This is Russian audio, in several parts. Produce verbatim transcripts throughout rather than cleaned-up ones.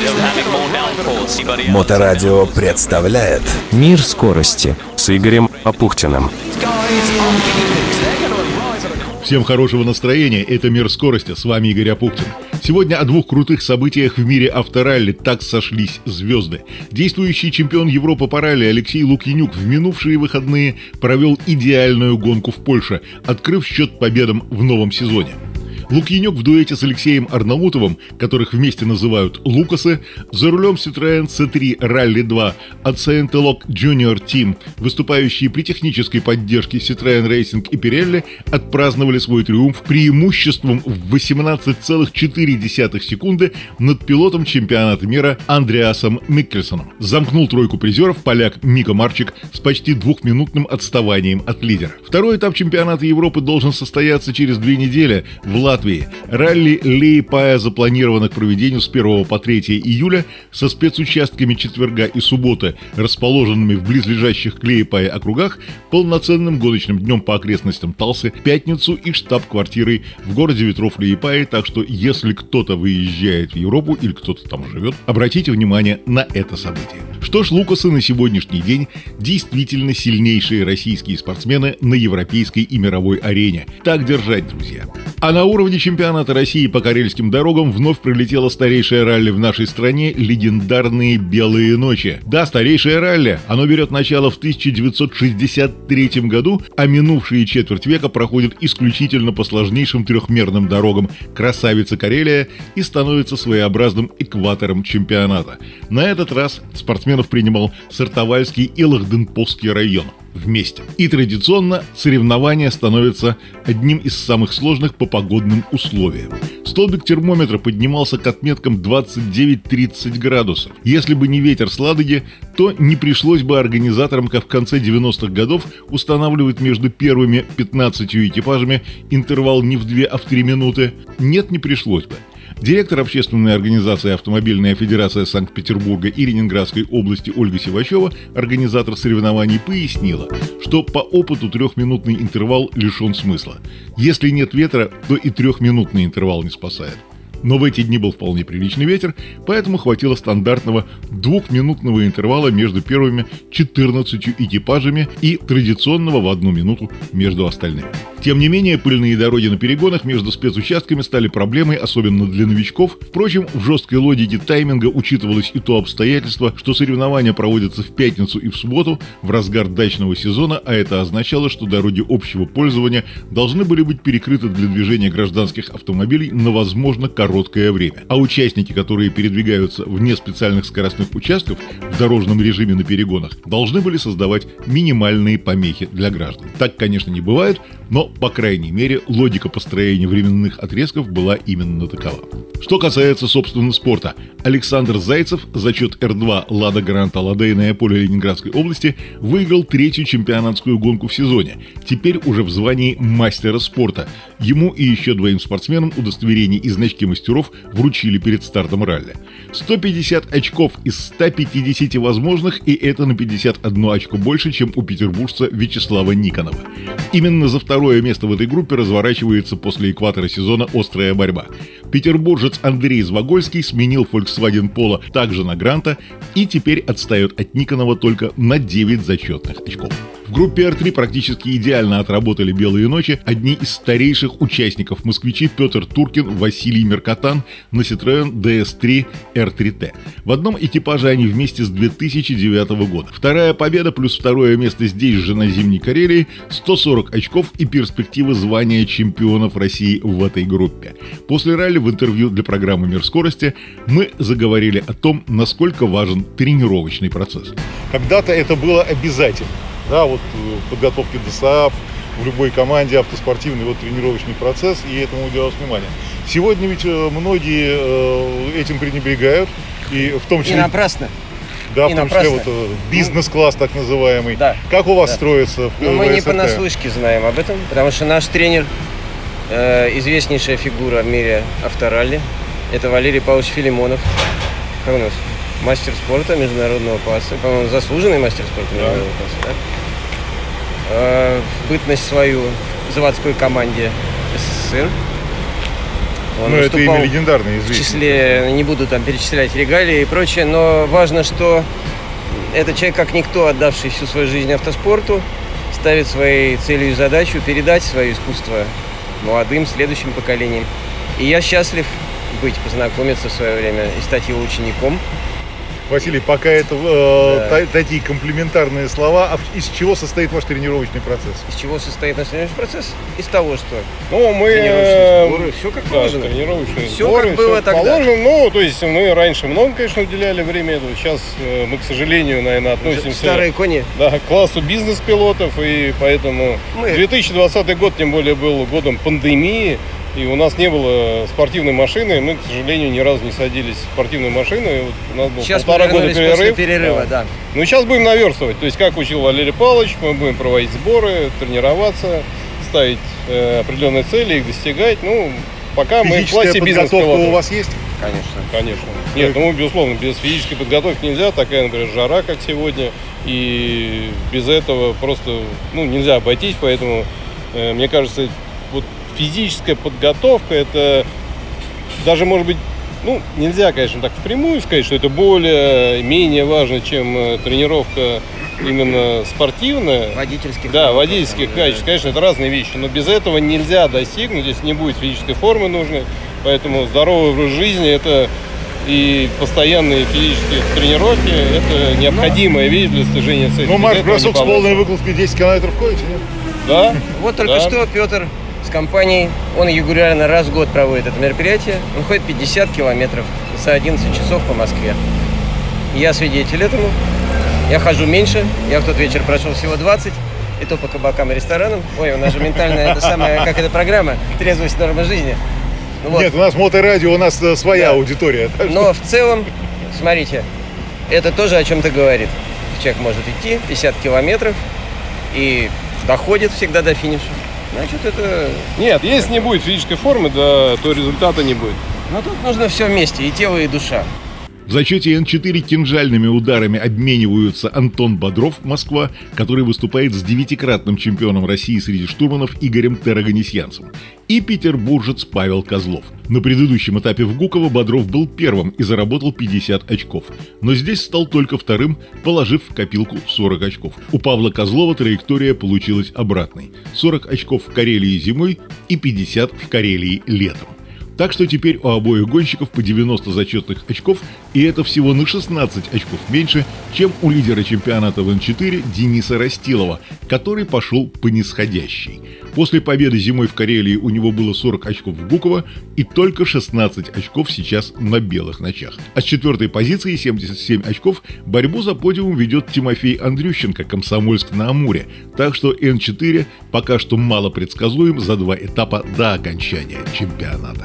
Моторадио представляет «Мир скорости» с Игорем Апухтиным. Всем хорошего настроения, это «Мир скорости», с вами Игорь Апухтин. Сегодня о двух крутых событиях в мире авторалли так сошлись звезды. Действующий чемпион Европы по ралли Алексей Лукьянюк в минувшие выходные провел идеальную гонку в Польше, открыв счет победам в новом сезоне. Лукьянюк в дуэте с Алексеем Арнаутовым, которых вместе называют «Лукасы», за рулем Citroën си три Rally два от Saint-Elok Junior Team, выступающие при технической поддержке Citroën Racing и Pirelli, отпраздновали свой триумф преимуществом в восемнадцать целых четыре десятых секунды над пилотом чемпионата мира Андреасом Миккельсоном. Замкнул тройку призеров поляк Мика Марчик с почти двухминутным отставанием от лидера. Второй этап чемпионата Европы должен состояться через две недели в Латвии. Ралли Лиепая запланировано к проведению с первого по третье июля со спецучастками четверга и субботы, расположенными в близлежащих к Лиепае округах, полноценным гоночным днем по окрестностям Талсы, пятницу и штаб-квартирой в городе ветров Лиепая, так что если кто-то выезжает в Европу или кто-то там живет, обратите внимание на это событие. Что ж, Лукасы на сегодняшний день действительно сильнейшие российские спортсмены на европейской и мировой арене. Так держать, друзья. А на уровне чемпионата России по карельским дорогам вновь пролетело старейшее ралли в нашей стране — легендарные «Белые ночи». Да, старейшее ралли. Оно берет начало в тысяча девятьсот шестьдесят третьем году, а минувшие четверть века проходит исключительно по сложнейшим трехмерным дорогам «Красавица Карелия» и становится своеобразным экватором чемпионата. На этот раз спортсменов принимал Сартовальский и Лахденповский район вместе. И традиционно соревнования становятся одним из самых сложных по погодным условиям. Столбик термометра поднимался к отметкам двадцать девять-тридцать градусов. Если бы не ветер с Ладоги, то не пришлось бы организаторам, как в конце девяностых годов, устанавливать между первыми пятнадцатью экипажами интервал не в две, а в три минуты. Нет, не пришлось бы. Директор общественной организации «Автомобильная федерация Санкт-Петербурга и Ленинградской области» Ольга Сивачева, организатор соревнований, пояснила, что по опыту трехминутный интервал лишен смысла. Если нет ветра, то и трехминутный интервал не спасает. Но в эти дни был вполне приличный ветер, поэтому хватило стандартного двухминутного интервала между первыми четырнадцатью экипажами и традиционного в одну минуту между остальными. Тем не менее, пыльные дороги на перегонах между спецучастками стали проблемой, особенно для новичков. Впрочем, в жесткой логике тайминга учитывалось и то обстоятельство, что соревнования проводятся в пятницу и в субботу, в разгар дачного сезона, а это означало, что дороги общего пользования должны были быть перекрыты для движения гражданских автомобилей на, возможно, короткое время. А участники, которые передвигаются вне специальных скоростных участков в дорожном режиме на перегонах, должны были создавать минимальные помехи для граждан. Так, конечно, не бывает, но, по крайней мере, логика построения временных отрезков была именно такова. Что касается, собственно, спорта. Александр Зайцев, зачет эр два «Лада Гранта» Лодейное поле Ленинградской области, выиграл третью чемпионатскую гонку в сезоне, теперь уже в звании мастера спорта. Ему и еще двоим спортсменам удостоверения и значки мастеров вручили перед стартом ралли. сто пятьдесят очков из ста пятидесяти возможных, и это на пятьдесят одно очко больше, чем у петербуржца Вячеслава Никонова. Именно за второе место в этой группе разворачивается после экватора сезона острая борьба. Петербуржец Андрей Звагольский сменил Volkswagen Polo также на Гранта и теперь отстает от Никонова только на девять зачетных очков. В группе эр три практически идеально отработали «Белые ночи» одни из старейших участников — москвичи Петр Туркин, Василий Меркатан на Citroën ди эс три эр три тэ. В одном экипаже они вместе с две тысячи девятого года. Вторая победа плюс второе место здесь же на зимней Карелии, сто сорок очков и перспектива звания чемпионов России в этой группе. После ралли в интервью для программы «Мир скорости» мы заговорили о том, насколько важен тренировочный процесс. Когда-то это было обязательно. Да, вот подготовки ДСААФ в любой команде, автоспортивный вот тренировочный процесс, и этому уделялось внимание. Сегодня ведь многие этим пренебрегают, и в том числе... И напрасно. Да, и в том напрасно. числе вот бизнес-класс так называемый. Да. Как у вас да. строится в Ну, мы не ВСРТ? понаслышке знаем об этом, потому что наш тренер, э, известнейшая фигура в мире авторалли, это Валерий Павлович Филимонов. Как у нас? Мастер спорта международного класса, по-моему, заслуженный мастер спорта международного да. класса, да? В бытность свою в заводской команде СССР. Он ну, это имя легендарное, известно. В числе, не буду там перечислять регалии и прочее, но важно, что это человек, как никто, отдавший всю свою жизнь автоспорту, ставит своей целью и задачу передать свое искусство молодым, следующим поколениям. И я счастлив быть, познакомиться в свое время и стать его учеником. Василий, пока это э, да. та, такие комплиментарные слова, а из чего состоит ваш тренировочный процесс? Из чего состоит наш тренировочный процесс? Из того, что ну, мы тренировочные сборы, все как да, положено. Тренировочные все сборы, как было все тогда. Положено. Ну, то есть мы раньше много, конечно, уделяли время этому. Сейчас э, мы, к сожалению, наверное, относимся старые кони. Да, к классу бизнес-пилотов, и поэтому мы... две тысячи двадцатый год, тем более, был годом пандемии. И у нас не было спортивной машины, мы, к сожалению, ни разу не садились в спортивную машину. И вот у нас был сейчас полтора года перерыв. перерыва, да. Да. Ну, сейчас будем наверстывать. То есть, как учил Валерий Павлович, мы будем проводить сборы, тренироваться, ставить э, определенные цели, их достигать. Ну, пока мы в классе бизнес-пилотов. У вас есть? Конечно. Конечно. Нет, ну, безусловно, без физической подготовки нельзя. Такая, например, жара, как сегодня. И без этого просто, ну, нельзя обойтись. Поэтому, э, мне кажется, вот физическая подготовка, это даже, может быть, ну, нельзя, конечно, так впрямую сказать, что это более, менее важно, чем тренировка именно спортивная. Водительских. Да, водительских качеств. Конечно, это разные вещи, но без этого нельзя достигнуть, если не будет физической формы нужной. Поэтому здоровый образ жизни – это и постоянные физические тренировки – это необходимая вещь для достижения цели. Ну, марш-бросок с полной выкладкой десять километров ходите, нет? Да. Вот только да. что Петр с компанией, он регулярно раз в год проводит это мероприятие. Он ходит пятьдесят километров за одиннадцать часов по Москве. Я свидетель этому. Я хожу меньше. Я в тот вечер прошел всего двадцать. И то по кабакам и ресторанам. Ой, у нас же ментальная, это самая, как эта программа, трезвость нормы жизни. Ну, вот. Нет, у нас моторадио, у нас своя да. аудитория. Но в целом, смотрите, это тоже о чем-то говорит. Человек может идти пятьдесят километров и доходит всегда до финиша. Значит, это... Нет, если не будет физической формы, да, то результата не будет. Но тут нужно все вместе, и тело, и душа. В зачете эн четыре кинжальными ударами обмениваются Антон Бодров, Москва, который выступает с девятикратным чемпионом России среди штурманов Игорем Тераганесьянцем, и петербуржец Павел Козлов. На предыдущем этапе в Гуково Бодров был первым и заработал пятьдесят очков, но здесь стал только вторым, положив в копилку сорок очков. У Павла Козлова траектория получилась обратной – сорок очков в Карелии зимой и пятьдесят в Карелии летом. Так что теперь у обоих гонщиков по девяносто зачетных очков, и это всего на шестнадцать очков меньше, чем у лидера чемпионата в эн четыре Дениса Растилова, который пошел по нисходящей. После победы зимой в Карелии у него было сорок очков в Гуково и только шестнадцать очков сейчас на белых ночах. А с четвертой позиции семьдесят семь очков борьбу за подиум ведет Тимофей Андрющенко, Комсомольск-на-Амуре. Так что эн четыре пока что мало предсказуем за два этапа до окончания чемпионата.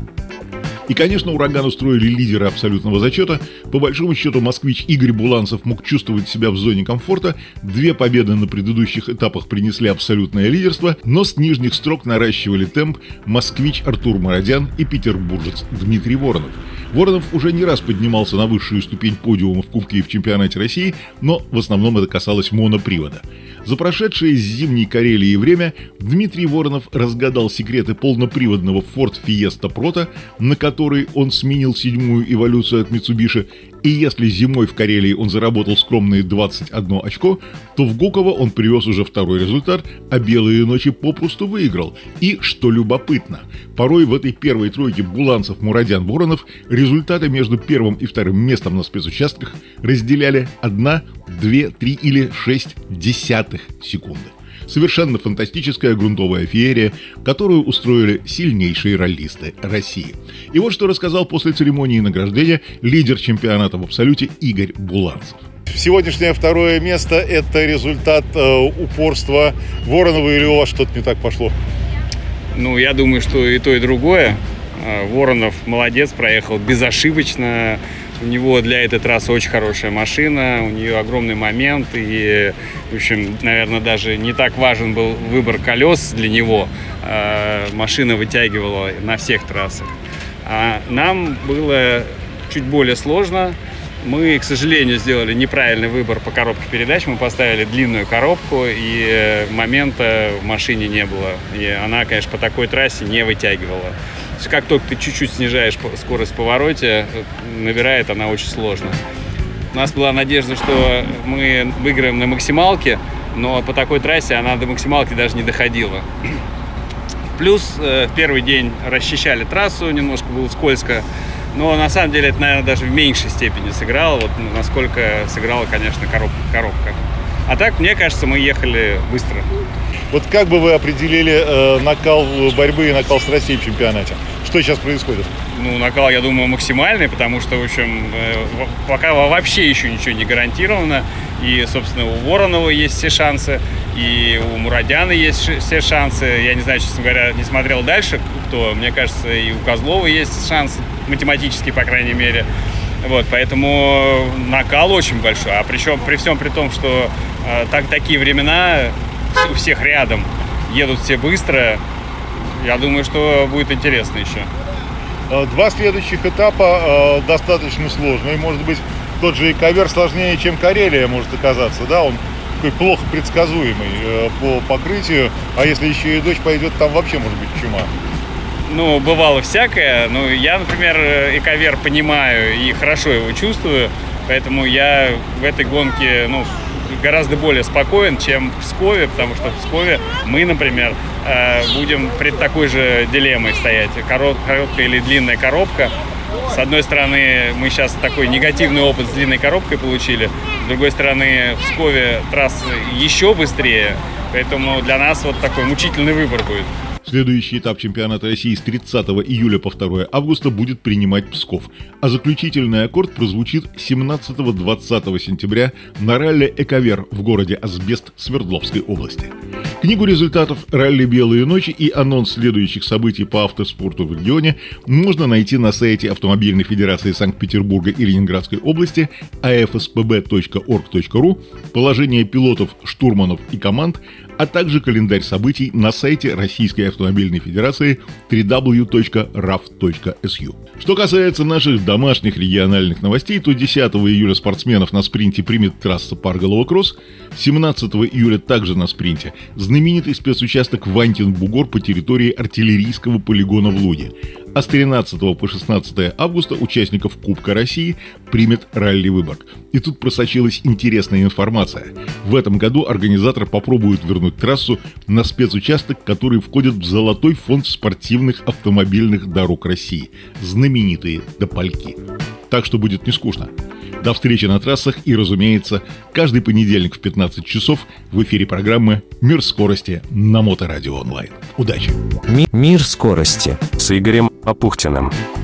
И, конечно, «Ураган» устроили лидера абсолютного зачета. По большому счету, москвич Игорь Буланцев мог чувствовать себя в зоне комфорта. Две победы на предыдущих этапах принесли абсолютное лидерство, но с нижних строк наращивали темп москвич Артур Мародян и петербуржец Дмитрий Воронов. Воронов уже не раз поднимался на высшую ступень подиума в Кубке и в чемпионате России, но в основном это касалось монопривода. За прошедшее с зимней Карелии время Дмитрий Воронов разгадал секреты полноприводного Ford Fiesta Proto, на который он сменил седьмую эволюцию от Mitsubishi, и если зимой в Карелии он заработал скромные двадцать одно очко, то в Гуково он привез уже второй результат, а белые ночи попросту выиграл. И, что любопытно, порой в этой первой тройке Буланцев, Мурадян, Воронов результаты между первым и вторым местом на спецучастках разделяли одна, две, три или шесть десятых секунды. Совершенно фантастическая грунтовая феерия, которую устроили сильнейшие раллисты России. И вот что рассказал после церемонии награждения лидер чемпионата в абсолюте Игорь Буланцев. Сегодняшнее второе место – это результат э, упорства Воронова, или у вас что-то не так пошло? Ну, я думаю, что и то, и другое. Воронов молодец, проехал безошибочно. У него для этой трассы очень хорошая машина, у нее огромный момент, и, в общем, наверное, даже не так важен был выбор колес для него. Машина вытягивала на всех трассах. А нам было чуть более сложно. Мы, к сожалению, сделали неправильный выбор по коробке передач. Мы поставили длинную коробку, и момента в машине не было. И она, конечно, по такой трассе не вытягивала. как только ты чуть-чуть снижаешь скорость в повороте, набирает она очень сложно. У нас была надежда, что мы выиграем на максималке, но по такой трассе она до максималки даже не доходила. Плюс э, в первый день расчищали трассу, немножко было скользко, но на самом деле это, наверное, даже в меньшей степени сыграло, вот насколько сыграла, конечно, коробка. коробка. А так, мне кажется, мы ехали быстро. Вот как бы вы определили э, накал борьбы и накал страстей в чемпионате? Что сейчас происходит? Ну, накал, я думаю, максимальный, потому что, в общем, э, пока вообще еще ничего не гарантировано. И, собственно, у Воронова есть все шансы, и у Мурадяна есть все шансы. Я не знаю, честно говоря, не смотрел дальше, кто. Мне кажется, и у Козлова есть шанс, математически, по крайней мере. Вот, поэтому накал очень большой. А причем при всем при том, что э, так, такие времена у всех рядом, едут все быстро, я думаю, что будет интересно еще. Два следующих этапа э, достаточно сложные. Может быть, тот же Экавер сложнее, чем Карелия может оказаться. Да? Он такой плохо предсказуемый э, по покрытию. А если еще и дождь пойдет, там вообще может быть чума. Ну, бывало всякое. Ну, я, например, Экавер понимаю и хорошо его чувствую. Поэтому я в этой гонке, ну, гораздо более спокоен, чем в Пскове, потому что в Пскове мы, например, будем пред такой же дилеммой стоять. Короткая или длинная коробка. С одной стороны, мы сейчас такой негативный опыт с длинной коробкой получили. С другой стороны, в Пскове трасса еще быстрее. Поэтому для нас вот такой мучительный выбор будет. Следующий этап чемпионата России с тридцатого июля по второе августа будет принимать Псков, а заключительный аккорд прозвучит семнадцатого-двадцатого сентября на ралли «Экавер» в городе Асбест Свердловской области. Книгу результатов ралли «Белые ночи» и анонс следующих событий по автоспорту в регионе можно найти на сайте Автомобильной федерации Санкт-Петербурга и Ленинградской области а эф эс пэ бэ точка орг точка ру, положение пилотов, штурманов и команд, а также календарь событий на сайте Российской Автомобильной Федерации дабл ю дабл ю дабл ю точка раф точка эс ю. Что касается наших домашних региональных новостей, то десятого июля спортсменов на спринте примет трасса Парголова-Кросс, семнадцатого июля также на спринте знаменитый спецучасток Вантин-Бугор по территории артиллерийского полигона в Луге, а с тринадцатого по шестнадцатое августа участников Кубка России примет ралли Выборг. И тут просочилась интересная информация. В этом году организаторы попробуют вернуть трассу на спецучасток, который входит в золотой фонд спортивных автомобильных дорог России. Знаменитые Топольки. Так что будет не скучно. До встречи на трассах и, разумеется, каждый понедельник в пятнадцать часов в эфире программы «Мир скорости» на Моторадио Онлайн. Удачи! Мир скорости с Игорем Апухтиным.